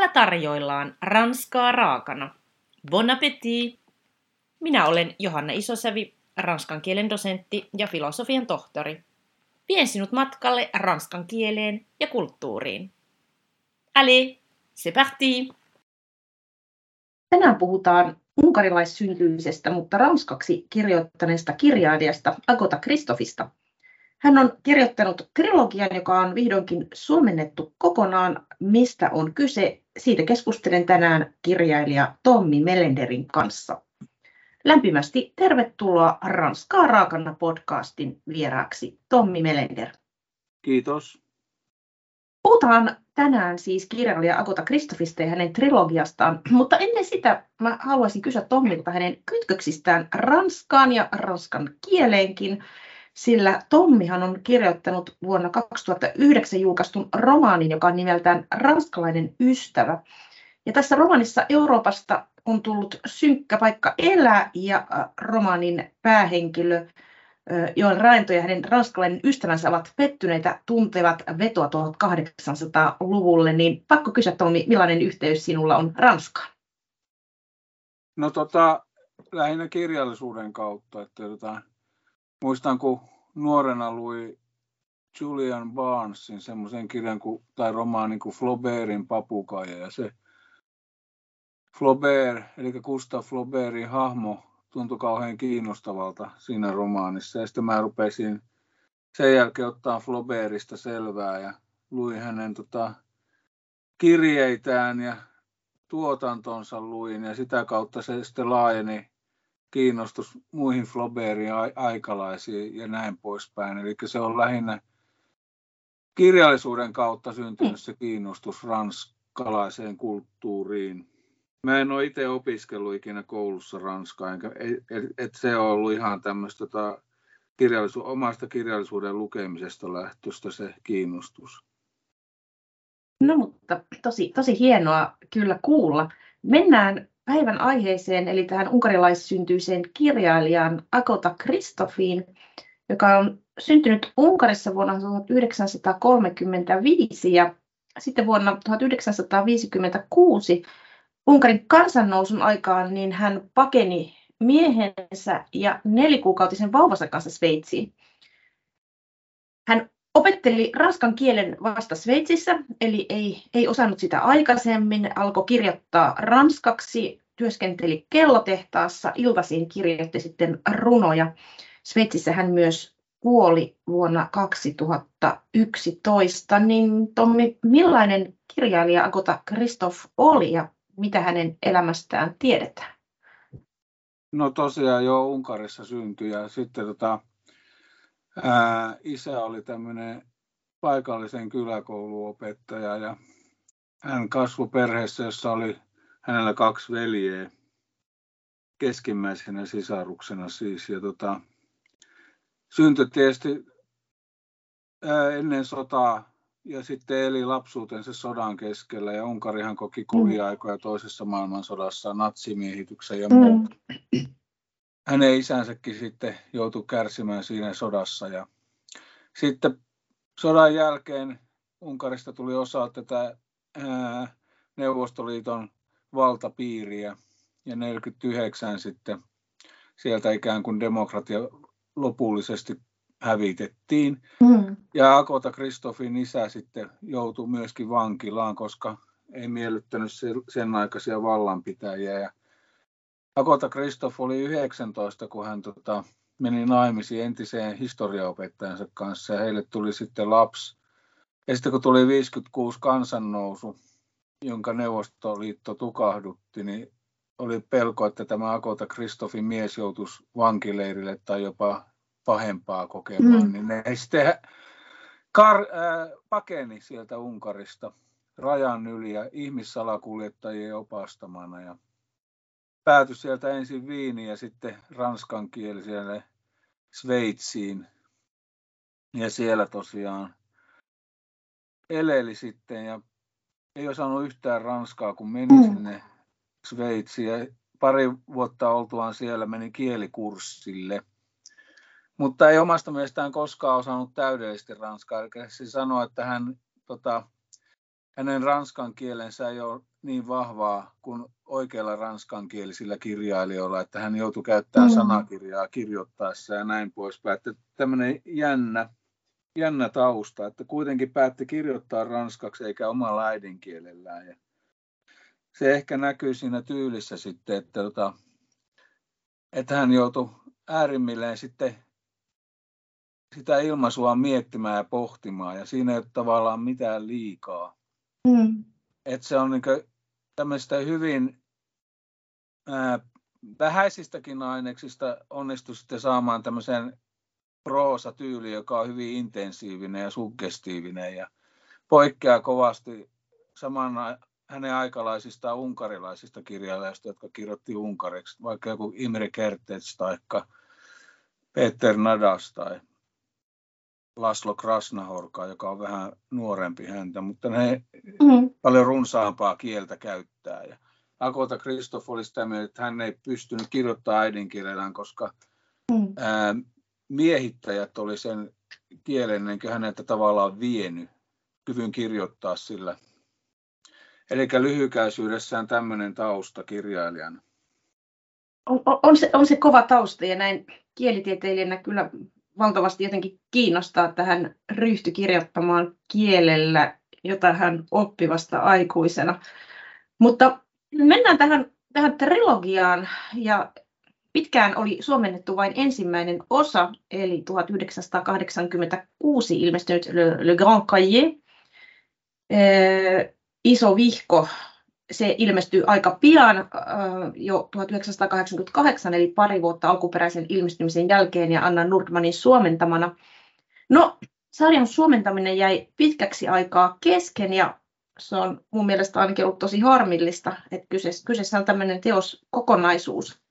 tarjoillaan ranskaa raakana. Bon appétit! Minä olen Johanna Isosävi, ranskan kielen dosentti ja filosofian tohtori. Vien sinut matkalle ranskan kieleen ja kulttuuriin. Allez, c'est parti! Tänään puhutaan unkarilaissyntymisestä, mutta ranskaksi kirjoittaneesta kirjailijasta Agatha Christophista. Hän on kirjoittanut trilogian, joka on vihdoinkin suomennettu kokonaan. Mistä on kyse? Siitä keskustelen tänään kirjailija Tommi Melenderin kanssa. Lämpimästi tervetuloa Ranskaa raakana podcastin vieraaksi Tommi Melender. Kiitos. Puhutaan tänään siis kirjailija Agatha Christophista ja hänen trilogiastaan, mutta ennen sitä mä haluaisin kysyä Tommilta hänen kytköksistään Ranskaan ja ranskan kieleenkin, sillä Tommihan on kirjoittanut vuonna 2009 julkaistun romaanin, joka on nimeltään Ranskalainen ystävä. Ja tässä romaanissa Euroopasta on tullut synkkä paikka elää ja romaanin päähenkilö Joel Rainto ja hänen ranskalainen ystävänsä ovat pettyneitä, tuntevat vetoa 1800-luvulle, niin pakko kysyä Tommi, millainen yhteys sinulla on Ranskaan? No lähinnä kirjallisuuden kautta, että muistan kun nuorena luin Julian Barnesin semmoisen kirjan tai romaanin kuin Flaubertin papukaija, ja se Flaubert, eli Gustave Flaubertin hahmo tuntui kauhean kiinnostavalta siinä romaanissa, ja sitten mä rupesin sen jälkeen ottaa Flaubertista selvää ja luin hänen kirjeitään ja tuotantonsa luin, ja sitä kautta se sitten laajeni kiinnostus muihin Flaubertin aikalaisiin ja näin poispäin. Eli se on lähinnä kirjallisuuden kautta syntynyt se kiinnostus ranskalaiseen kulttuuriin. Mä en ole itse opiskellut ikinä koulussa ranskaa, että se on ollut ihan tämmöistä omasta kirjallisuuden lukemisesta lähtöistä se kiinnostus. No mutta tosi hienoa kyllä kuulla. Mennään päivän aiheeseen, eli tähän unkarilaissyntyiseen kirjailijaan Agatha Christophiin, joka on syntynyt Unkarissa vuonna 1935 ja sitten vuonna 1956 Unkarin kansannousun aikaan niin hän pakeni miehensä ja 4-kuukautisen vauvansa kanssa Sveitsiin. Hän opetteli ranskan kielen vasta Sveitsissä, eli ei osannut sitä aikaisemmin, alkoi kirjoittaa ranskaksi, työskenteli kellotehtaassa, iltaisin kirjoitti sitten runoja. Sveitsissä hän myös kuoli vuonna 2011. Niin Tommi, millainen kirjailija Agatha Christoph oli ja mitä hänen elämästään tiedetään? No tosiaan jo Unkarissa syntyi ja sitten isä oli tämmöinen paikallisen kyläkouluopettaja ja hän kasvoi perheessä, jossa oli hänellä 2 veljeä keskimmäisenä sisaruksena siis. Ja syntyi tietysti ennen sotaa ja sitten eli lapsuutensa sodan keskellä ja Unkarihan koki kovia aikoja toisessa maailmansodassa, natsimiehityksen ja muut. Hänen isänsäkin sitten joutui kärsimään siinä sodassa ja sitten sodan jälkeen Unkarista tuli osa tätä Neuvostoliiton valtapiiriä ja 1949 sitten sieltä ikään kuin demokratia lopullisesti hävitettiin. Ja Agatha Christophin isä sitten joutui myöskin vankilaan, koska ei miellyttänyt sen aikaisia vallanpitäjiä. Ja Agatha Christoph oli 19, kun hän meni naimisiin entiseen historiaopettajansa kanssa ja heille tuli sitten lapsi. Ja sitten kun tuli 56 kansannousu, jonka Neuvostoliitto tukahdutti, niin oli pelko, että tämä Agatha Christophin mies joutuisi vankileirille tai jopa pahempaa kokemaan. Niin ne sitten pakeni sieltä Unkarista rajan yli ja ihmissalakuljettajien opastamana ja päätyi sieltä ensin Viiniin ja sitten ranskankieliselle Sveitsiin. Ja siellä tosiaan eleli sitten ja ei osannut yhtään ranskaa, kun meni sinne Sveitsiin. Ja pari vuotta oltuaan siellä meni kielikurssille. Mutta ei omasta mielestään koskaan osannut täydellisesti ranskaa. Eli se sanoi, että hän hänen ranskan kielensä ei ole niin vahvaa kuin oikeilla ranskankielisillä kirjailijoilla, että hän joutui käyttämään sanakirjaa kirjoittaessa ja näin poispäin. Että tämmöinen jännä tausta, että kuitenkin päätti kirjoittaa ranskaksi eikä omalla äidinkielellään. Ja se ehkä näkyy siinä tyylissä sitten, että hän joutui äärimmilleen sitten sitä ilmaisua miettimään ja pohtimaan, ja siinä ei ole tavallaan mitään liikaa. Että se on niin tämmöistä hyvin vähäisistäkin aineksista onnistui sitten saamaan tämmöisen proosatyyli, joka on hyvin intensiivinen ja suggestiivinen ja poikkeaa kovasti saman hänen aikalaisistaan unkarilaisista kirjailijoista, jotka kirjoitti unkariksi, vaikka joku Imre Kertész tai Peter Nadas tai Laszlo Krasnahorka, joka on vähän nuorempi häntä, mutta ne paljon runsaampaa kieltä käyttää. Ja Agota Christophe oli sitä mieltä, että hän ei pystynyt kirjoittamaan äidinkielellään, koska miehittäjät oli sen kielen niin kuin häneltä tavallaan vienyt kyvyn kirjoittaa sillä. Eli lyhykäisyydessään tämmöinen tausta kirjailijana. On se kova tausta, ja näin kielitieteilijänä kyllä valtavasti jotenkin kiinnostaa, että hän ryhtyi kirjoittamaan kielellä, jota hän oppi vasta aikuisena. Mutta mennään tähän trilogiaan, ja pitkään oli suomennettu vain ensimmäinen osa, eli 1986 ilmestynyt Le Grand Cahier, iso vihko. Se ilmestyi aika pian, jo 1988, eli pari vuotta alkuperäisen ilmestymisen jälkeen ja Anna Nordmanin suomentamana. No, sarjan suomentaminen jäi pitkäksi aikaa kesken, ja se on mun mielestä ainakin ollut tosi harmillista, että kyseessä on tämmöinen teoskokonaisuus.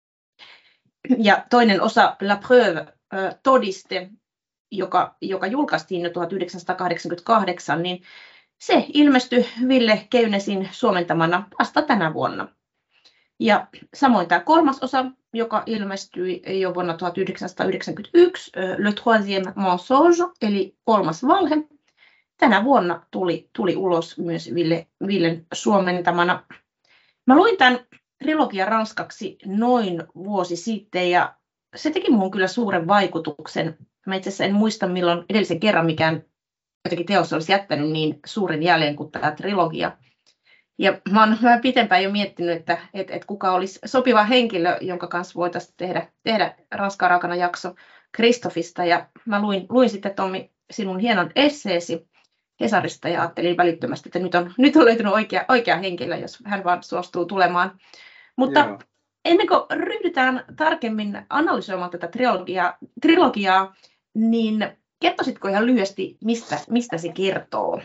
Ja toinen osa, La Preuve, todiste, joka julkaistiin jo 1988, niin se ilmestyi Ville Keynesin suomentamana vasta tänä vuonna. Ja samoin tämä kolmas osa, joka ilmestyi jo vuonna 1991, Le Troisième Mensonge, eli kolmas valhe, tänä vuonna tuli ulos myös Villen suomentamana. Mä luin tämän trilogian ranskaksi noin vuosi sitten, ja se teki minuun kyllä suuren vaikutuksen. Mä itse asiassa en muista, milloin edellisen kerran mikään jotenkin teos olisi jättänyt niin suuren jäljen kuin tämä trilogia. Ja mä oon vähän pitempään jo miettinyt, että kuka olisi sopiva henkilö, jonka kanssa voitaisiin tehdä Ranskaa raakana jakso Christophesta. Ja mä luin sitten, Tommi, sinun hienon esseesi Hesarista ja ajattelin välittömästi, että nyt on löytynyt oikea henkilö, jos hän vaan suostuu tulemaan. Mutta ennen kuin ryhdytään tarkemmin analysoimaan tätä trilogiaa, niin kertoisitko ihan lyhyesti, mistä se kertoo?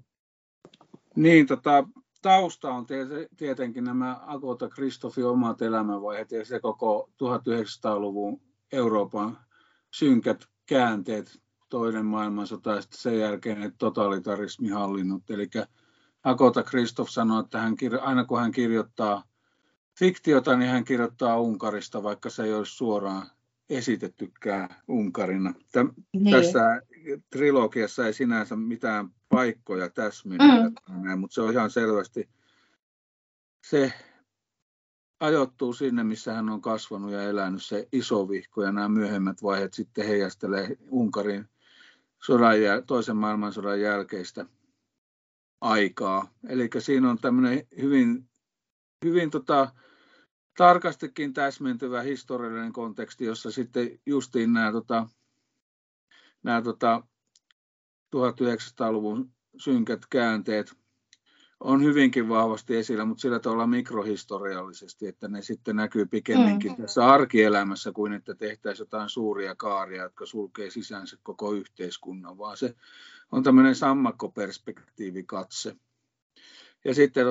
Niin, tausta on tietenkin nämä Agota Christophen omat elämänvaiheet ja se koko 1900-luvun Euroopan synkät käänteet, toinen maailmansota ja sen jälkeen totalitarismi hallinnut. Eli Agota Christophe sanoi, että aina kun hän kirjoittaa fiktiota, niin hän kirjoittaa Unkarista, vaikka se ei olisi suoraan esitettykään Unkarina. Tässä trilogiassa ei sinänsä mitään paikkoja täsmennetä, mutta se on ihan selvästi, se ajoittuu sinne, missä hän on kasvanut ja elänyt, se iso vihko, ja nämä myöhemmät vaiheet sitten heijastelee Unkarin toisen maailmansodan jälkeistä aikaa. Eli siinä on tämmöinen hyvin tarkastikin täsmentyvä historiallinen konteksti, jossa sitten justiin nämä 1900-luvun synkät käänteet on hyvinkin vahvasti esillä, mutta sillä tavalla mikrohistoriallisesti, että ne sitten näkyy pikemminkin tässä arkielämässä kuin että tehtäisiin jotain suuria kaaria, jotka sulkee sisäänsä koko yhteiskunnan, vaan se on tämmöinen sammakkoperspektiivikatse. Ja sitten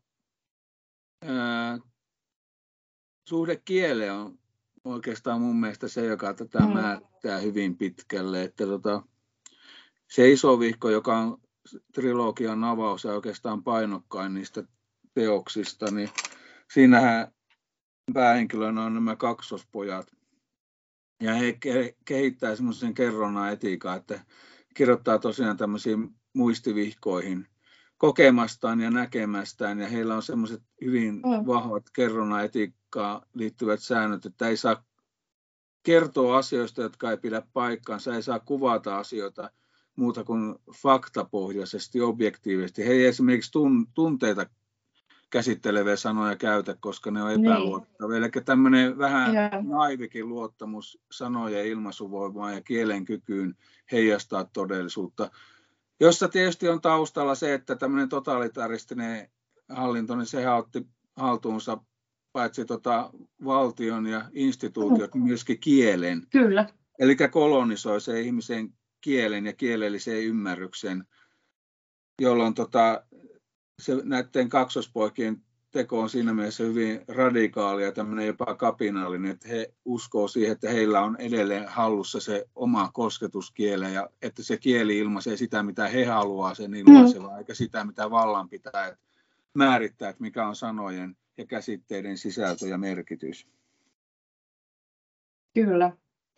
suhde kieleen on oikeastaan mun mielestä se, joka tätä määrittää hyvin pitkälle, että se iso vihko, joka on trilogian avaus ja oikeastaan painokkain niistä teoksista, niin siinähän päähenkilönä on nämä kaksospojat. Ja he kehittää semmoisen kerronnan etiikan, että kirjoittaa tosiaan tämmöisiin muistivihkoihin kokemastaan ja näkemästään, ja heillä on semmoiset hyvin vahvat kerronnan etiikkaan liittyvät säännöt, että ei saa kertoa asioista, jotka ei pidä paikkaansa, ei saa kuvata asioita muuta kuin faktapohjaisesti, objektiivisesti. He ei esimerkiksi tunteita käsitteleviä sanoja käytä, koska ne on epäluotettavia. Eli tämmöinen vähän naivikin luottamus sanojen ilmaisuvoimaan ja kielen kykyyn heijastaa todellisuutta, jossa tietysti on taustalla se, että tämmöinen totalitaristinen hallinto, niin sehän otti haltuunsa paitsi valtion ja instituutiot, myöskin kielen. Kyllä. Eli kolonisoi se ihmisen kielen ja kielellisen ymmärryksen, jolloin se näiden kaksospoikien teko on siinä mielessä hyvin radikaali ja tämmöinen jopa kapinallinen, että he uskoo siihen, että heillä on edelleen hallussa se oma kosketuskiele ja että se kieli ilmaisee sitä, mitä he haluaa sen ilmaisevaa, eikä sitä, mitä vallan pitää määrittää, että mikä on sanojen ja käsitteiden sisältö ja merkitys. Kyllä.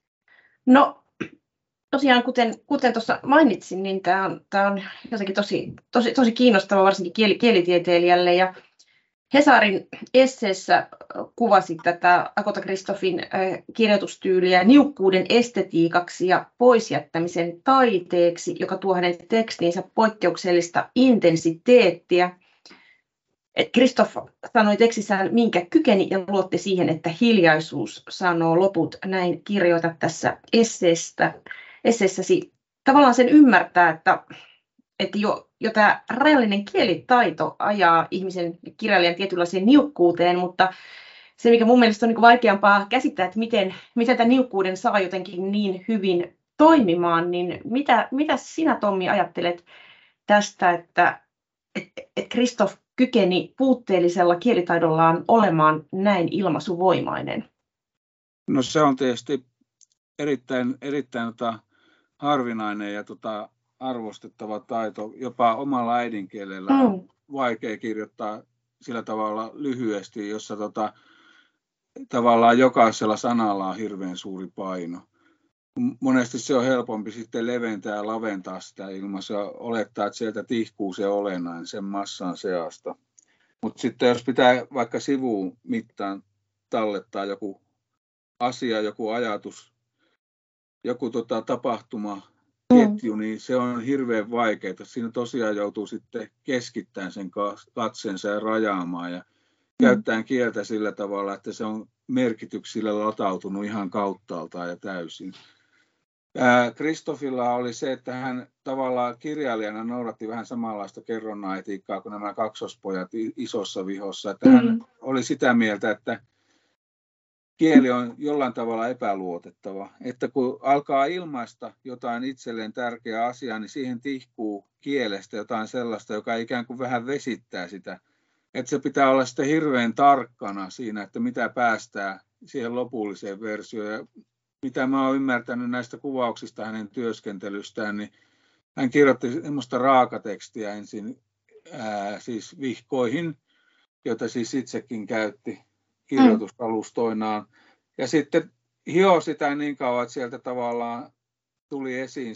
No tosiaan, kuten tuossa mainitsin, niin tämä on jotenkin tosi kiinnostava, varsinkin kielitieteilijälle. Ja Hesarin esseessä kuvasi tätä Agota Christophyn kirjoitustyyliä niukkuuden estetiikaksi ja poisjättämisen taiteeksi, joka tuo hänen tekstiinsä poikkeuksellista intensiteettiä. Christoph sanoi tekstissään, minkä kykeni, ja luotti siihen, että hiljaisuus sanoo loput. Näin kirjoita tässä esseessäsi. Tavallaan sen ymmärtää, että jo tämä rajallinen kielitaito ajaa ihmisen kirjailijan tietynlaiseen niukkuuteen, mutta se, mikä mun mielestä on niin vaikeampaa käsittää, että miten tämän niukkuuden saa jotenkin niin hyvin toimimaan, niin mitä sinä, Tommi, ajattelet tästä, että Christoph kykeni puutteellisella kielitaidollaan olemaan näin ilmaisuvoimainen? No se on tietysti erittäin harvinainen ja arvostettava taito. Jopa omalla äidinkielellä on vaikea kirjoittaa sillä tavalla lyhyesti, jossa tavallaan jokaisella sanalla on hirveän suuri paino. Monesti se on helpompi sitten leventää ja laventaa sitä ilmaisua, olettaa, että sieltä tihkuu se olennainen sen massan seasta. Mutta sitten jos pitää vaikka sivuun mittaan tallettaa joku asia, joku ajatus, joku tapahtuma, ketju, niin se on hirveän vaikeaa. Siinä tosiaan joutuu sitten keskittämään sen katseensa ja rajaamaan ja käyttämään kieltä sillä tavalla, että se on merkityksillä latautunut ihan kauttaaltaan ja täysin. Christophilla oli se, että hän tavallaan kirjailijana noudatti vähän samanlaista kerronnan etiikkaa kuin nämä kaksospojat Isossa vihossa. Että hän oli sitä mieltä, että kieli on jollain tavalla epäluotettava. Että kun alkaa ilmaista jotain itselleen tärkeää asiaa, niin siihen tihkuu kielestä jotain sellaista, joka ikään kuin vähän vesittää sitä. Että se pitää olla sitten hirveän tarkkana siinä, että mitä päästää siihen lopulliseen versioon. Ja mitä mä oon ymmärtänyt näistä kuvauksista hänen työskentelystään, niin hän kirjoitti semmoista raakatekstiä ensin siis vihkoihin, jota siis itsekin käytti kirjoitusalustoinaan. Ja sitten hioi sitä niin kauan, että sieltä tavallaan tuli esiin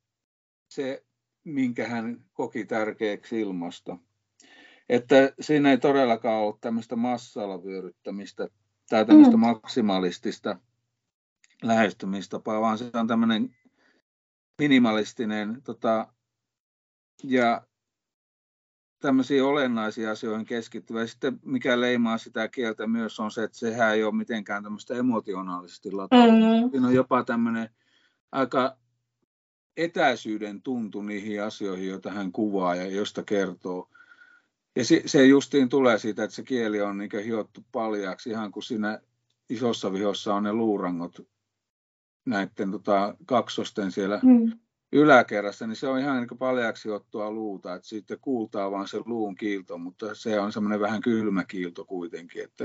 se minkä hän koki tärkeäksi ilmasta. Että siinä ei todellakaan ole tämmöistä massalla vyöryttämistä tai tämmöistä maksimalistista lähestymistapaa, vaan se on tämmöinen minimalistinen ja tämmöisiin olennaisiin asioihin keskittyvä. Sitten mikä leimaa sitä kieltä myös on se, että sehän ei ole mitenkään tämmöistä emotionaalisesti latautunut. Siinä on jopa tämmöinen aika etäisyyden tuntu niihin asioihin, joita hän kuvaa ja josta kertoo. Ja se justiin tulee siitä, että se kieli on niin kuin hiottu paljaaksi, ihan kuin siinä Isossa vihossa on ne luurangot näiden kaksosten siellä yläkerrassa, niin se on ihan niin paljaaksi hiottua luuta, että sitten kuultaa vaan se luun kiilto, mutta se on semmoinen vähän kylmä kiilto kuitenkin, että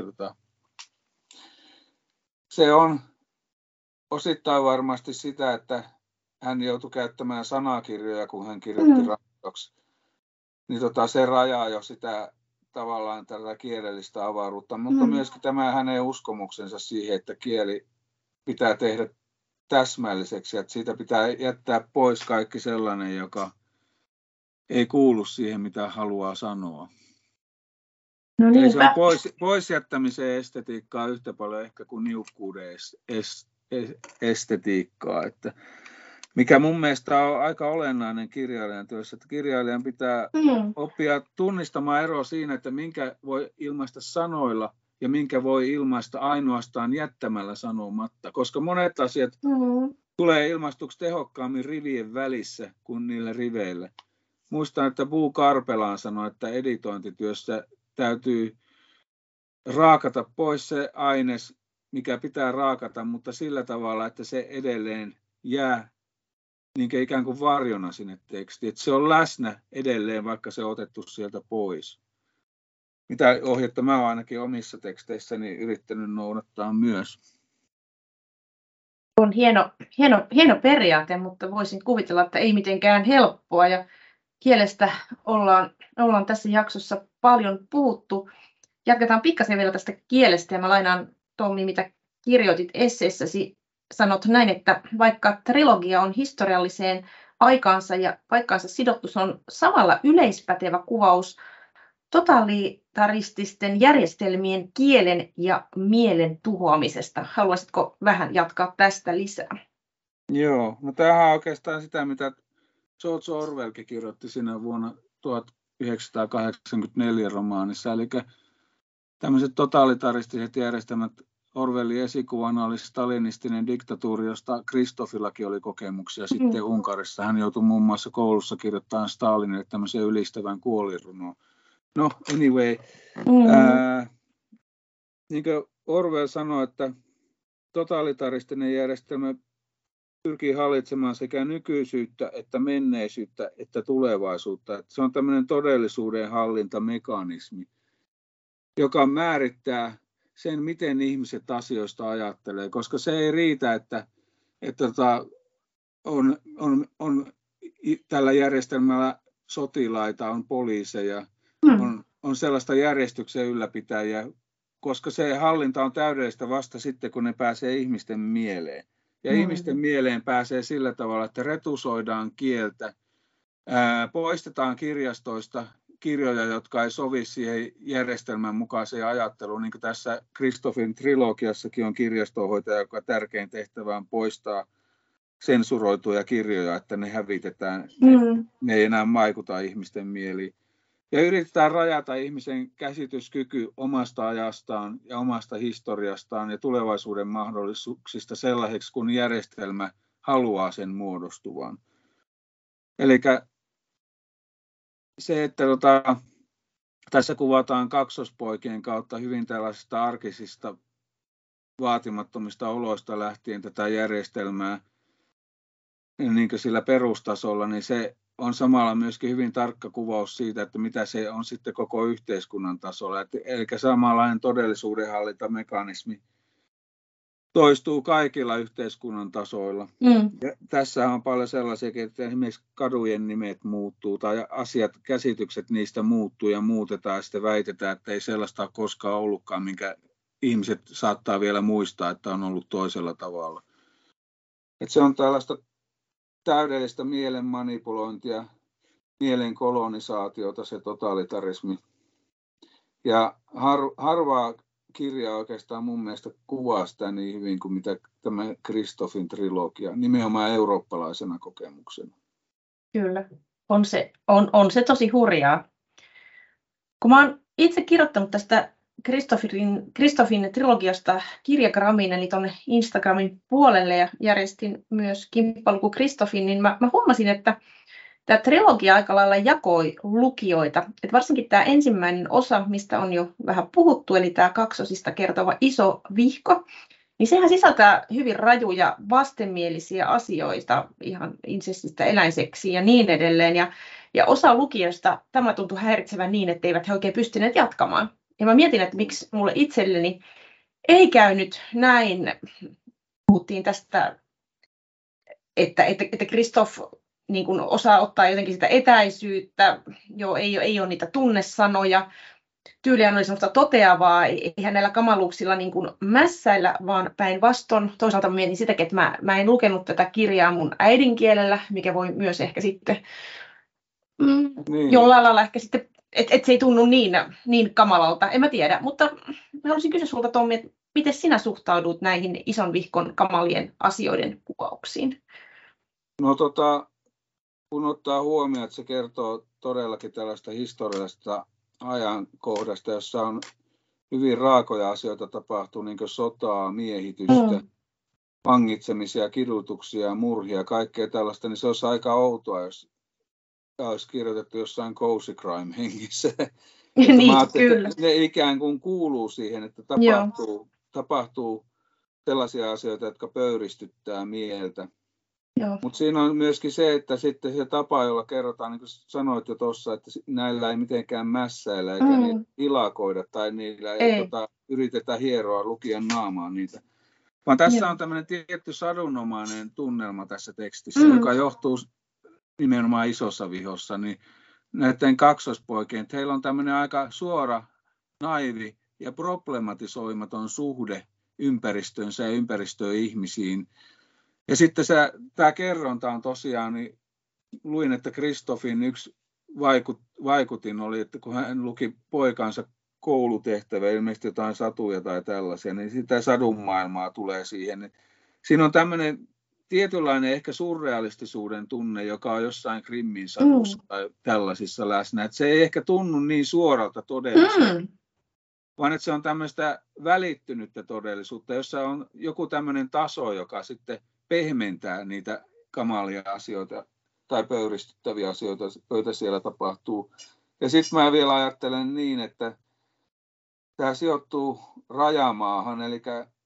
se on osittain varmasti sitä, että hän joutui käyttämään sanakirjoja, kun hän kirjoitti ranskaksi, niin se rajaa jo sitä tavallaan tällä kielellistä avaruutta, mutta myöskin tämä hänen uskomuksensa siihen, että kieli pitää tehdä täsmälliseksi, että siitä pitää jättää pois kaikki sellainen, joka ei kuulu siihen, mitä haluaa sanoa. No Eli se on niinpä. pois jättämisen estetiikkaa yhtä paljon ehkä kuin niukkuuden estetiikkaa. Että mikä mun mielestä on aika olennainen kirjailijan työssä, että kirjailijan pitää oppia tunnistamaan ero siinä, että minkä voi ilmaista sanoilla ja minkä voi ilmaista ainoastaan jättämällä sanomatta, koska monet asiat tulee ilmaistuksi tehokkaammin rivien välissä kuin niillä riveillä. Muistan, että Boo Karpelaan sanoi, että editointityössä täytyy raakata pois se aines, mikä pitää raakata, mutta sillä tavalla, että se edelleen jää niin ikään kuin varjona sinne tekstiin. Että se on läsnä edelleen, vaikka se on otettu sieltä pois. Mitä ohjetta mä oon ainakin omissa teksteissäni yrittänyt noudattaa myös. On hieno periaate, mutta voisin kuvitella, että ei mitenkään helppoa. Ja kielestä ollaan tässä jaksossa paljon puhuttu. Jatketaan pikkasen vielä tästä kielestä ja mä lainaan, Tommi, mitä kirjoitit esseessäsi. Sanot näin, että vaikka trilogia on historialliseen aikaansa ja paikkaansa sidottu, se on samalla yleispätevä kuvaus totalitarististen järjestelmien kielen ja mielen tuhoamisesta. Haluaisitko vähän jatkaa tästä lisää? Joo, no tämähän on oikeastaan sitä, mitä George Orwellkin kirjoitti siinä vuonna 1984 romaanissa. Eli tämmöiset totalitaristiset järjestelmät, Orwellin esikuvana oli stalinistinen diktatuuri, josta Kristofillakin oli kokemuksia sitten Unkarissa. Hän joutui muun muassa koulussa kirjoittamaan Stalinille tämmöisen ylistävän kuolinrunon. No, anyway. Niin kuin Orwell sanoi, että totalitaristinen järjestelmä pyrkii hallitsemaan sekä nykyisyyttä, että menneisyyttä, että tulevaisuutta. Että se on tämmöinen todellisuuden hallintamekanismi, joka määrittää sen, miten ihmiset asioista ajattelee, koska se ei riitä, että on tällä järjestelmällä sotilaita, on poliiseja, on sellaista järjestyksen ylläpitäjiä, koska se hallinta on täydellistä vasta sitten, kun ne pääsee ihmisten mieleen. Ja ihmisten mieleen pääsee sillä tavalla, että retusoidaan kieltä, poistetaan kirjastoista kirjoja, jotka ei sovi siihen järjestelmän mukaiseen ajatteluun. Niin kuin tässä Christophin trilogiassakin on kirjastonhoitaja, joka tärkein tehtävä on poistaa sensuroituja kirjoja, että ne hävitetään, ne ei enää vaikuta ihmisten mieliin. Ja yritetään rajata ihmisen käsityskyky omasta ajastaan ja omasta historiastaan ja tulevaisuuden mahdollisuuksista sellaiseksi, kun järjestelmä haluaa sen muodostuvan. Eli se, että tässä kuvataan kaksospoikien kautta hyvin tällaisista arkisista vaatimattomista oloista lähtien tätä järjestelmää niin kuin sillä perustasolla, niin se on samalla myöskin hyvin tarkka kuvaus siitä, että mitä se on sitten koko yhteiskunnan tasolla. Eli samanlainen todellisuudenhallintamekanismi toistuu kaikilla yhteiskunnan tasoilla. Ja tässä on paljon sellaisiakin, että esimerkiksi kadujen nimet muuttuu tai asiat, käsitykset niistä muuttuu ja muutetaan ja sitten väitetään, että ei sellaista ole koskaan ollutkaan, minkä ihmiset saattaa vielä muistaa, että on ollut toisella tavalla. Että se on tällaista täydellistä mielen manipulointia, mielen kolonisaatiota, se totalitarismi. Ja harvaa kirjaa oikeastaan mun mielestä kuvaa sitä niin hyvin kuin mitä tämä Christophin trilogia, nimenomaan eurooppalaisena kokemuksena. Kyllä, on se tosi hurjaa. Kun mä oon itse kirjoittanut tästä Christophin trilogiasta kirjagrammin, eli tuonne Instagramin puolelle, ja järjestin myös Kimppaluku Christophin, niin mä huomasin, että tämä trilogia aika lailla jakoi lukijoita. Et varsinkin tämä ensimmäinen osa, mistä on jo vähän puhuttu, eli tämä kaksosista kertova Iso vihko, niin sehän sisältää hyvin rajuja vastenmielisiä asioita, ihan insestistä eläinseksiä ja niin edelleen. Ja osa lukijoista tämä tuntui häiritsevän niin, että eivät he oikein pystyneet jatkamaan. Ja mä mietin, että miksi mulle itselleni ei käynyt näin. Puhuttiin tästä, että Christoph niin kuin osaa ottaa jotenkin sitä etäisyyttä, ei ole niitä tunnesanoja. Tyyliään oli sellaista toteavaa, ei hänellä kamaluuksilla niin kuin mässäillä, vaan päinvastoin. Toisaalta mietin sitäkin, että mä en lukenut tätä kirjaa mun äidinkielellä, mikä voi myös ehkä sitten Niin. Jollain lailla ehkä sitten, että se ei tunnu niin kamalalta, en mä tiedä. Mutta mä haluaisin kysyä sulta, Tommi, että miten sinä suhtaudut näihin ison vihkon kamalien asioiden kuvauksiin? No kun ottaa huomioon, että se kertoo todellakin tällaista historiallisesta ajankohdasta, jossa on hyvin raakoja asioita tapahtuu, niin kuin sotaa, miehitystä, vangitsemisia, kidutuksia, murhia, kaikkea tällaista, niin se olisi aika outoa, jos olisi kirjoitettu jossain cozy crime hengissä. Niin, kyllä. Ne ikään kuin kuuluu siihen, että tapahtuu sellaisia asioita, jotka pöyristyttää mieltä. Mutta siinä on myöskin se, että sitten se tapa, jolla kerrotaan, niin kuin sanoit jo tuossa, että näillä ei mitenkään mässäillä eikä niitä ilakoida tai niillä ei yritetä hieroa lukijan naamaan niitä. Vaan tässä on tämmöinen tietty sadunomainen tunnelma tässä tekstissä, joka johtuu nimenomaan Isossa vihossa, niin näiden kaksospoikien, että heillä on tämmöinen aika suora, naivi ja problematisoimaton suhde ympäristönsä ja ympäristöihmisiin. Ja sitten tämä kerronta on tosiaan, niin luin, että Christophyn yksi vaikutin oli, että kun hän luki poikansa koulutehtävä, ilmeisesti jotain satuja tai tällaisia, niin sitä sadunmaailmaa tulee siihen. Niin siinä on tämmöinen tietynlainen ehkä surrealistisuuden tunne, joka on jossain Grimmin sadussa tai tällaisissa läsnä. Että se ei ehkä tunnu niin suoralta todellisuudelta, vaan että se on tämmöistä välittynyttä todellisuutta, jossa on joku tämmöinen taso, joka sitten pehmentää niitä kamalia asioita tai pöyristyttäviä asioita, joita siellä tapahtuu. Ja sitten mä vielä ajattelen niin, että tämä sijoittuu rajamaahan, eli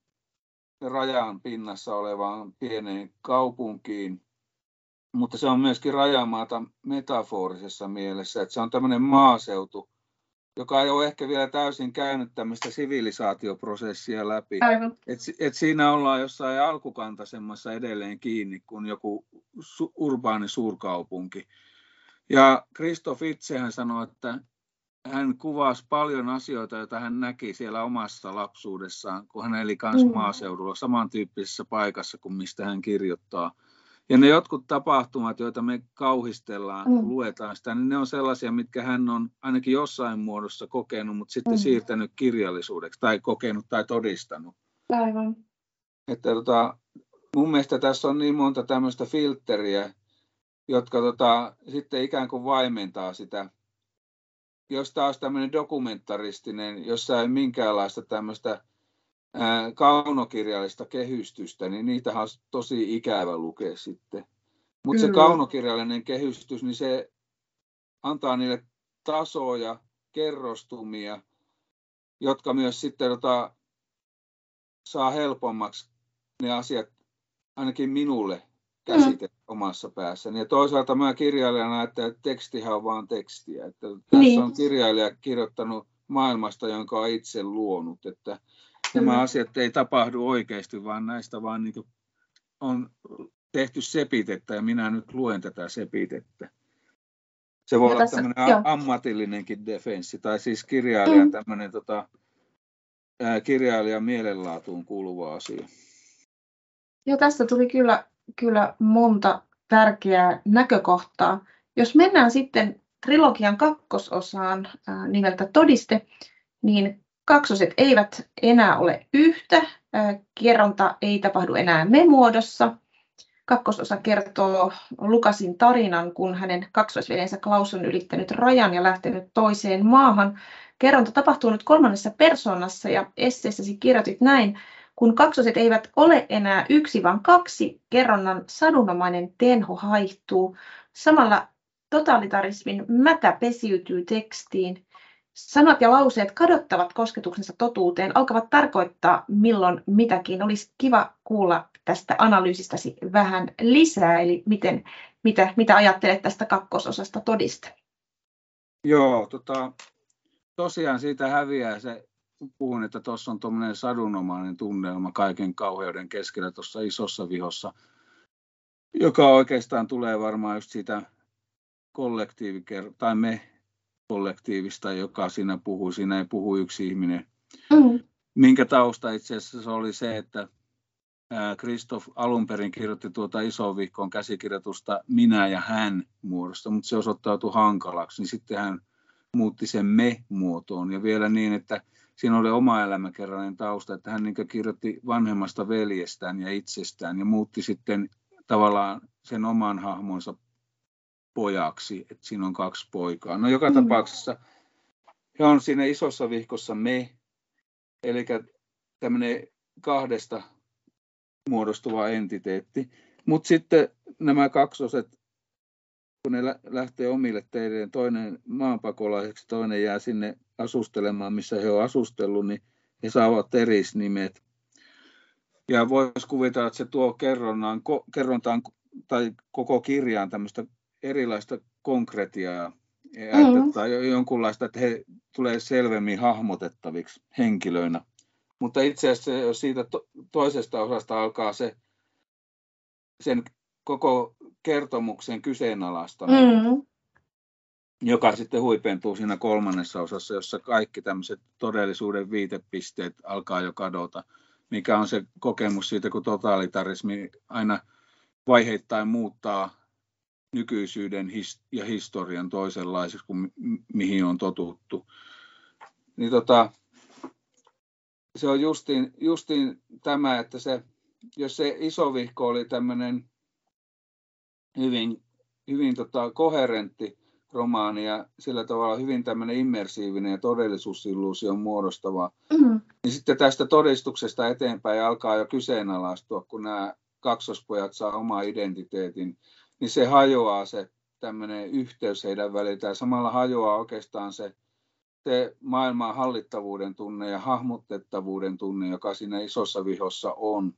rajan pinnassa olevaan pieneen kaupunkiin, mutta se on myöskin rajamaata metaforisessa mielessä, että se on tämmöinen maaseutu, joka ei ole ehkä vielä täysin käynyt tämmöistä sivilisaatioprosessia läpi. Et siinä ollaan jossain alkukantaisemmassa edelleen kiinni kuin joku urbaani suurkaupunki. Ja Christoph itsehän sanoi, että hän kuvasi paljon asioita, joita hän näki siellä omassa lapsuudessaan, kun hän eli myös maaseudulla samantyyppisessä paikassa kuin mistä hän kirjoittaa. Ja ne jotkut tapahtumat, joita me kauhistellaan, luetaan sitä, niin ne on sellaisia, mitkä hän on ainakin jossain muodossa kokenut, mutta sitten siirtänyt kirjallisuudeksi tai kokenut tai todistanut. Aivan. Että mun mielestä tässä on niin monta tämmöistä filtteriä, jotka sitten ikään kuin vaimentaa sitä. Jos tämä olisi tämmöinen dokumentaristinen, jossa ei minkäänlaista tämmöistä kaunokirjallista kehystystä, niin niitähän on tosi ikävä lukea sitten. Mutta se kaunokirjallinen kehystys, niin se antaa niille tasoja, kerrostumia, jotka myös sitten saa helpommaksi ne asiat, ainakin minulle, käsitellä omassa päässäni. Ja toisaalta mä kirjailijana ajattelen, että tekstihän on vaan tekstiä. Että tässä on kirjailija kirjoittanut maailmasta, jonka on itse luonut. Että nämä asiat ei tapahdu oikeasti, vaan näistä vaan niin on tehty sepitettä ja minä nyt luen tätä sepitettä. Se voi olla tämmöinen ammatillinenkin defenssi, tai siis kirjailijan tämmöinen kirjailijan mielenlaatuun kuuluva asia. Joo, tässä tuli kyllä monta tärkeää näkökohtaa. Jos mennään sitten trilogian kakkososaan nimeltä Todiste, niin kaksoset eivät enää ole yhtä. Kerronta ei tapahdu enää me-muodossa. Kakkososa kertoo Lukasin tarinan, kun hänen kaksoisveljensä Klaus on ylittänyt rajan ja lähtenyt toiseen maahan. Kerronta tapahtuu nyt kolmannessa persoonassa ja esseessäsi kirjoitit näin. Kun kaksoset eivät ole enää yksi, vaan kaksi, kerronnan sadunomainen tenho haihtuu. Samalla totalitarismin mätä pesiytyy tekstiin. Sanat ja lauseet kadottavat kosketuksensa totuuteen, alkavat tarkoittaa milloin mitäkin. Olisi kiva kuulla tästä analyysistäsi vähän lisää, eli mitä ajattelet tästä kakkososasta Todiste? Joo, tosiaan siitä häviää se, puhun, että tuossa on tuommoinen sadunomainen tunnelma kaiken kauheuden keskellä tuossa Isossa vihossa, joka oikeastaan tulee varmaan just siitä tai me-kollektiivista, joka siinä puhuu. Siinä ei puhu yksi ihminen. Minkä tausta itse asiassa oli se, että Christoph alun perin kirjoitti tuota Isovihkon käsikirjoitusta minä ja hän muodosta, mutta se osoittautui hankalaksi, niin sitten hän muutti sen me-muotoon. Ja vielä niin, että siinä oli oma elämäkerrainen tausta, että hän niin kirjoitti vanhemmasta veljestään ja itsestään ja muutti sitten tavallaan sen oman hahmonsa pojaksi, että siinä on 2 poikaa. No joka tapauksessa he on siinä isossa vihkossa me, eli tämmöinen 2 muodostuva entiteetti. Mutta sitten nämä kaksoset, kun ne lähtee omille teilleen, toinen maanpakolaiseksi, toinen jää sinne asustelemaan, missä he on asustellut, niin he saavat erisnimet. Ja voisi kuvitella, että se tuo kerrontaan tai koko kirjaan tämmöistä erilaista konkretiaa tai jonkunlaista, että he tulee selvemmin hahmotettaviksi henkilöinä. Mutta itse asiassa siitä toisesta osasta alkaa sen koko kertomuksen kyseenalaistaminen, joka sitten huipentuu siinä 3. osassa, jossa kaikki tämmöiset todellisuuden viitepisteet alkaa jo kadota. Mikä on se kokemus siitä, kun totalitarismi aina vaiheittain muuttaa nykyisyyden ja historian toisenlaiseksi kuin mihin on totuttu. Niin se on justiin tämä, että jos se Isovihko oli tämmöinen hyvin koherentti romaani ja sillä tavalla hyvin tämmöinen immersiivinen ja todellisuusilluusion muodostava, niin sitten tästä todistuksesta eteenpäin alkaa jo kyseenalaistua, kun nämä kaksospojat saa oma identiteetin, niin se hajoaa se tämmöinen yhteys heidän väliltään. Samalla hajoaa oikeastaan se maailman hallittavuuden tunne ja hahmotettavuuden tunne, joka siinä isossa vihossa on.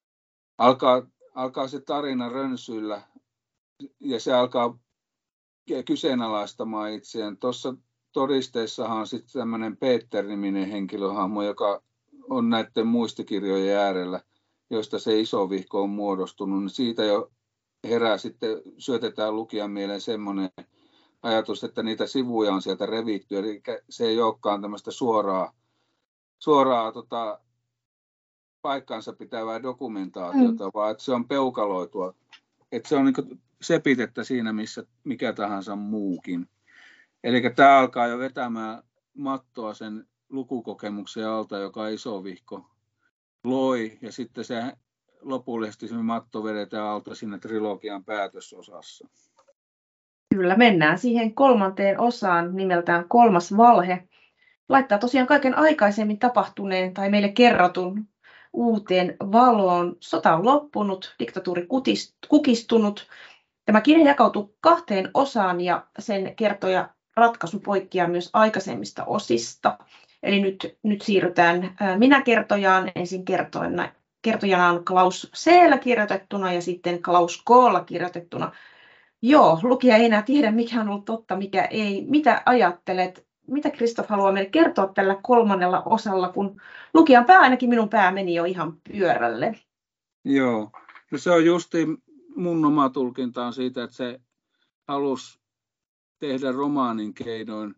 Alkaa se tarina rönsyillä ja se alkaa kyseenalaistamaan itseään. Tuossa todisteissahan on sitten tämmöinen Peter-niminen henkilöhahmo, joka on näiden muistikirjojen äärellä, joista se Isovihko on muodostunut. Niin siitä jo herää sitten, syötetään lukijan mieleen semmoinen ajatus, että niitä sivuja on sieltä revitty, eli se ei olekaan tämmöistä suoraa paikkansa pitävää dokumentaatiota, vaan että se on peukaloitua. Että se on niin sepitettä siinä, missä mikä tahansa muukin. Eli tämä alkaa jo vetämään mattoa sen lukukokemuksen alta, joka Isovihko loi, ja sitten se lopullisesti se matto vedetään alta siinä trilogian päätösosassa. Kyllä, mennään siihen 3. osaan nimeltään 3. valhe. Laittaa tosiaan kaiken aikaisemmin tapahtuneen tai meille kerrotun uuteen valoon. Sota on loppunut, diktatuuri kukistunut. Tämä kirja jakautuu 2 osaan ja sen kertoja ratkaisu poikkeaa myös aikaisemmista osista. Eli nyt siirrytään minä-kertojaan. Ensin kertojana on Klaus C. kirjoitettuna ja sitten Klaus K. kirjoitettuna. Joo, lukija ei enää tiedä, mikä on ollut totta, mikä ei. Mitä ajattelet? Mitä Christoph haluaa meille kertoa tällä 3. osalla, kun lukijan pää, ainakin minun pää, meni jo ihan pyörälle? Joo, no se on justiin mun oma tulkintaan siitä, että se halusi tehdä romaanin keinoin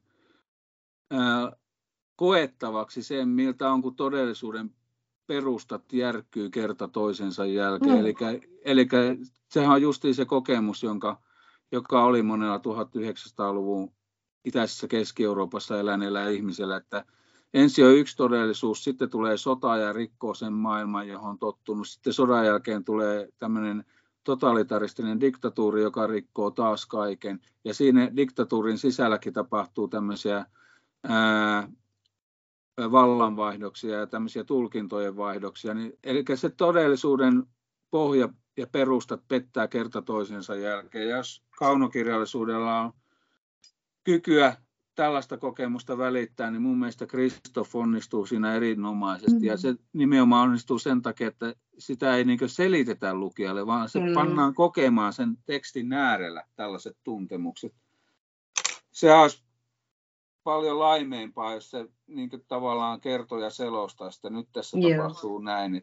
koettavaksi sen, miltä on, kun todellisuuden perustat järkkyy kerta toisensa jälkeen. Eli sehän on justiin se kokemus, joka oli monella 1900-luvun itäisessä Keski-Euroopassa eläneellä ihmisellä, että ensin on yksi todellisuus, sitten tulee sota ja rikkoo sen maailman, johon on tottunut. Sitten sodan jälkeen tulee tämmöinen totalitaristinen diktatuuri, joka rikkoo taas kaiken. Ja siinä diktatuurin sisälläkin tapahtuu tämmöisiä vallanvaihdoksia ja tämmöisiä tulkintojen vaihdoksia. Eli se todellisuuden pohja ja perustat pettää kerta toisensa jälkeen. Ja jos kaunokirjallisuudella on kykyä tällaista kokemusta välittää, niin mun mielestä Christoph onnistuu siinä erinomaisesti. Ja se nimenomaan onnistuu sen takia, että sitä ei niin selitetä lukijalle, vaan se pannaan kokemaan sen tekstin äärellä tällaiset tuntemukset. Se olisi paljon laimeempaa, jos se niin tavallaan kertoo ja selostaa sitä. Nyt tässä tapahtuu näin.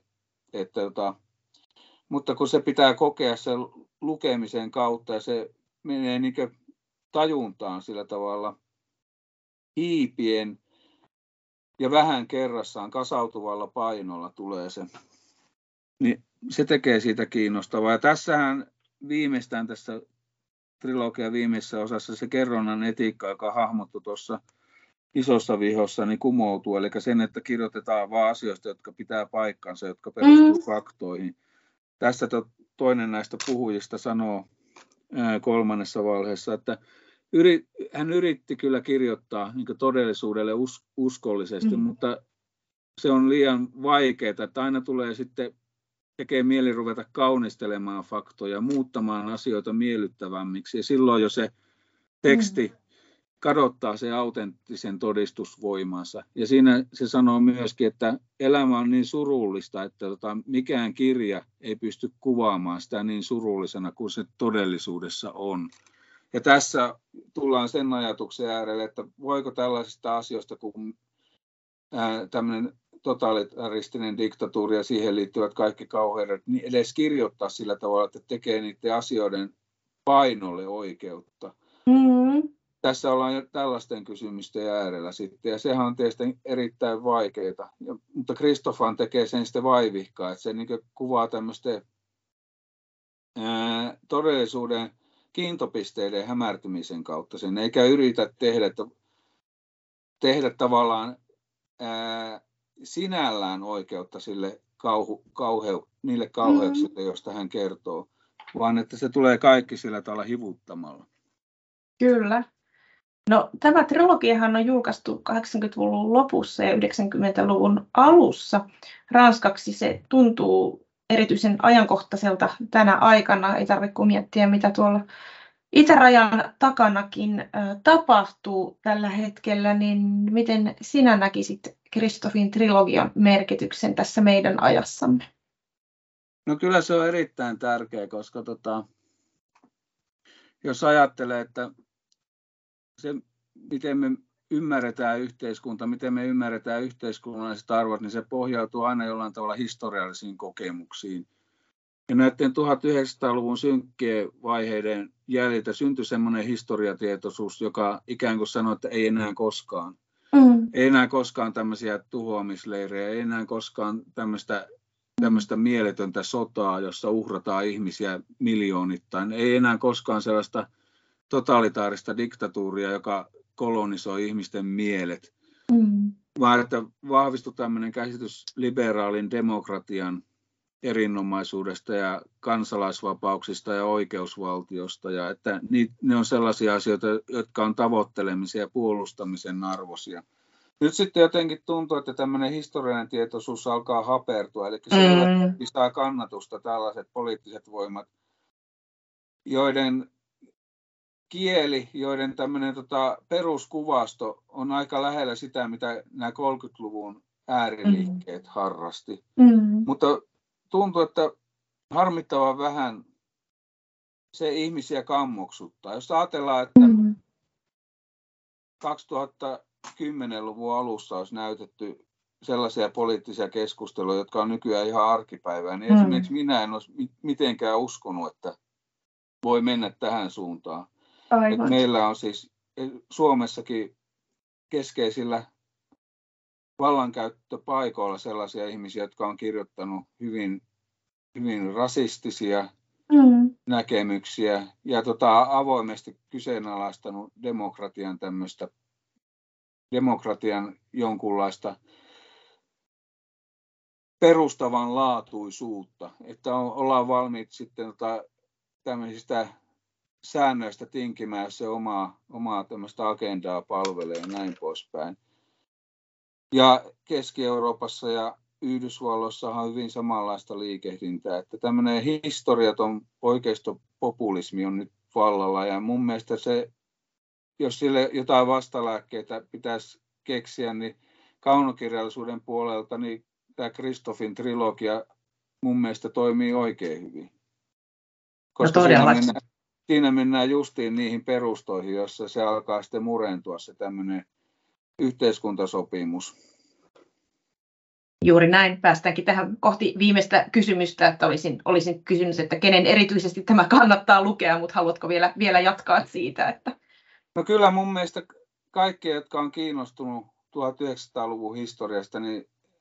Mutta kun se pitää kokea sen lukemisen kautta ja se menee niin tajuntaan sillä tavalla hiipien ja vähän kerrassaan kasautuvalla painolla tulee se. Niin se tekee siitä kiinnostavaa. Ja tässähän viimeistään tässä trilogian viimeisessä osassa se kerronnan etiikka, joka hahmottui tuossa Isossa vihossa, niin kumoutuu. Eli sen, että kirjoitetaan vain asioista, jotka pitää paikkansa, jotka perustuu faktoihin. Tässä toinen näistä puhujista sanoo kolmannessa vaiheessa, että hän yritti kyllä kirjoittaa niin todellisuudelle uskollisesti, mutta se on liian vaikeaa, että aina tulee sitten tekee mieli ruveta kaunistelemaan faktoja, muuttamaan asioita miellyttävämmiksi. Ja silloin jo se teksti kadottaa se autenttisen todistusvoimansa. Ja siinä se sanoo myöskin, että elämä on niin surullista, että mikään kirja ei pysty kuvaamaan sitä niin surullisena kuin se todellisuudessa on. Ja tässä tullaan sen ajatuksen äärelle, että voiko tällaisista asioista kuin tämmöinen totalitaristinen diktatuuri ja siihen liittyvät kaikki kauheudet, niin edes kirjoittaa sillä tavalla, että tekee niiden asioiden painolle oikeutta. Tässä ollaan jo tällaisten kysymysten äärellä sitten, ja sehän on tietysti erittäin vaikeaa. Mutta Christoffan tekee sen sitten vaivihkaa, että se niin kuvaa tämmöisten todellisuuden kiintopisteiden hämärtymisen kautta sen, eikä yritä tehdä tavallaan sinällään oikeutta sille niille kauheuksille, joista hän kertoo, vaan että se tulee kaikki sillä tavalla hivuttamalla. Kyllä. No, tämä trilogiahan on julkaistu 80-luvun lopussa ja 90-luvun alussa. Ranskaksi se tuntuu erityisen ajankohtaiselta tänä aikana. Ei tarvitse miettiä, mitä tuolla itärajan takanakin tapahtuu tällä hetkellä. Niin miten sinä näkisit Christoffin trilogian merkityksen tässä meidän ajassamme? No kyllä se on erittäin tärkeä, koska jos ajattelee, että se, miten me ymmärretään yhteiskunta, miten me ymmärretään yhteiskunnalliset arvot, niin se pohjautuu aina jollain tavalla historiallisiin kokemuksiin. Ja näiden 1900-luvun synkkien vaiheiden jäljiltä syntyi semmoinen historiatietoisuus, joka ikään kuin sanoi, että ei enää koskaan. Ei enää koskaan tämmöisiä tuhoamisleirejä, ei enää koskaan tämmöistä mieletöntä sotaa, jossa uhrataan ihmisiä miljoonittain. Ei enää koskaan sellaista totalitaarista diktatuuria, joka kolonisoi ihmisten mielet, vaan että vahvistui tämmöinen käsitys liberaalin demokratian erinomaisuudesta ja kansalaisvapauksista ja oikeusvaltiosta, ja että ne on sellaisia asioita, jotka on tavoittelemisen ja puolustamisen arvoisia. Nyt sitten jotenkin tuntuu, että tämmöinen historiallinen tietoisuus alkaa hapertua, eli siellä saa kannatusta tällaiset poliittiset voimat, joiden kieli, joiden tämmöinen peruskuvasto on aika lähellä sitä, mitä nämä 30-luvun ääriliikkeet harrasti. Mutta tuntuu, että harmittavan vähän se ihmisiä kammoksuttaa. Jos ajatellaan, että 2010-luvun alussa olisi näytetty sellaisia poliittisia keskusteluja, jotka on nykyään ihan arkipäivää, niin esimerkiksi minä en olisi mitenkään uskonut, että voi mennä tähän suuntaan. Että meillä on siis Suomessakin keskeisillä vallankäyttöpaikoilla sellaisia ihmisiä, jotka on kirjoittanut hyvin, hyvin rasistisia näkemyksiä ja avoimesti kyseenalaistanut demokratian jonkunlaista perustavanlaatuisuutta, että ollaan valmiit sitten tämmöisistä säännöistä tinkimään, jos se omaa tämmöistä agendaa palvelee ja näin poispäin. Ja Keski-Euroopassa ja Yhdysvalloissa on hyvin samanlaista liikehdintää, että tämmöinen historiaton oikeistopopulismi on nyt vallalla, ja mun mielestä se, jos sille jotain vastalääkkeitä pitäisi keksiä, niin kaunokirjallisuuden puolelta niin tämä Christoffin trilogia mun mielestä toimii oikein hyvin. Koska siinä mennään justiin niihin perustoihin, joissa se alkaa sitten murentua se tämmöinen yhteiskuntasopimus. Juuri näin. Päästäänkin tähän kohti viimeistä kysymystä, että olisin kysynyt, että kenen erityisesti tämä kannattaa lukea, mutta haluatko vielä jatkaa siitä? Että... No kyllä mun mielestä kaikki, jotka on kiinnostunut 1900-luvun historiasta, niin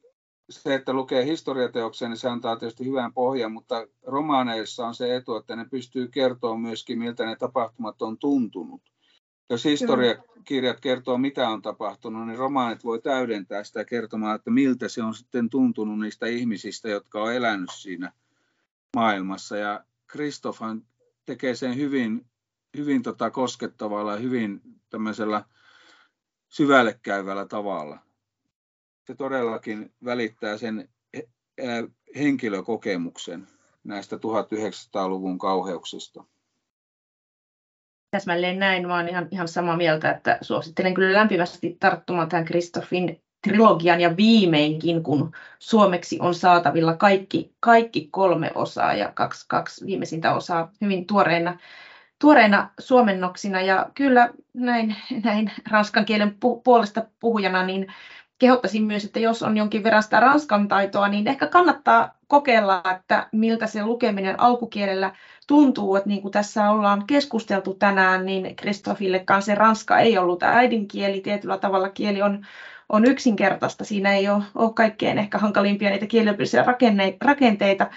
se, että lukee historiateoksia, niin se antaa tietysti hyvän pohjan, mutta romaaneissa on se etu, että ne pystyy kertomaan myöskin, miltä ne tapahtumat on tuntunut. Jos historiakirjat kertoo, mitä on tapahtunut, niin romaanit voi täydentää sitä kertomaan, että miltä se on sitten tuntunut niistä ihmisistä, jotka on elänyt siinä maailmassa. Ja Christophan tekee sen hyvin koskettavalla ja hyvin tämmöisellä syvälle käyvällä tavalla. Se todellakin välittää sen henkilökokemuksen näistä 1900-luvun kauheuksista. Täsmälleen näin. Mä oon ihan samaa mieltä, että suosittelen kyllä lämpimästi tarttumaan tähän Christophin trilogian ja viimeinkin, kun suomeksi on saatavilla kaikki 3 osaa ja kaksi viimeisintä osaa hyvin tuoreina suomennoksina. Ja kyllä näin ranskan kielen puolesta puhujana, niin kehottaisin myös, että jos on jonkin verran sitä ranskan taitoa, niin ehkä kannattaa kokeilla, että miltä se lukeminen alkukielellä tuntuu. Että niin kuin tässä ollaan keskusteltu tänään, niin Christophillekaan se ranska ei ollut äidinkieli. Tietyllä tavalla kieli on yksinkertaista. Siinä ei ole kaikkein ehkä hankalimpia niitä kieliopillisia rakenteita.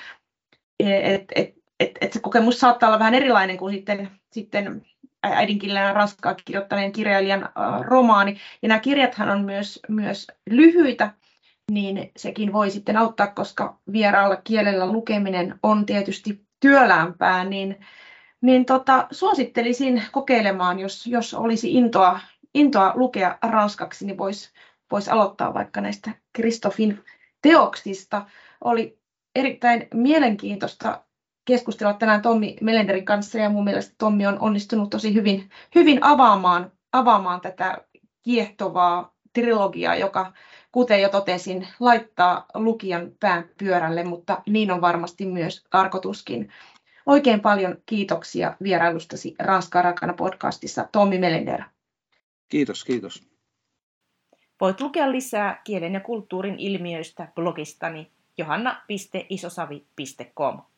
Et se kokemus saattaa olla vähän erilainen kuin sitten äidinkielellä ranskaa kirjoittaneen kirjailijan romaani. Ja nämä kirjathan on myös lyhyitä, niin sekin voi sitten auttaa, koska vieraalla kielellä lukeminen on tietysti työläämpää, niin suosittelisin kokeilemaan, jos olisi intoa lukea ranskaksi, niin voisi aloittaa vaikka näistä Christophin teoksista. Oli erittäin mielenkiintoista keskustella tänään Tommi Melenderin kanssa, ja mun mielestä Tommi on onnistunut tosi hyvin avaamaan tätä kiehtovaa trilogiaa, joka, kuten jo totesin, laittaa lukijan pään pyörälle, mutta niin on varmasti myös tarkoituskin. Oikein paljon kiitoksia vierailustasi Ranskaa rakana podcastissa, Tommi Melender. Kiitos. Voit lukea lisää kielen ja kulttuurin ilmiöistä blogistani johanna.isosavi.com.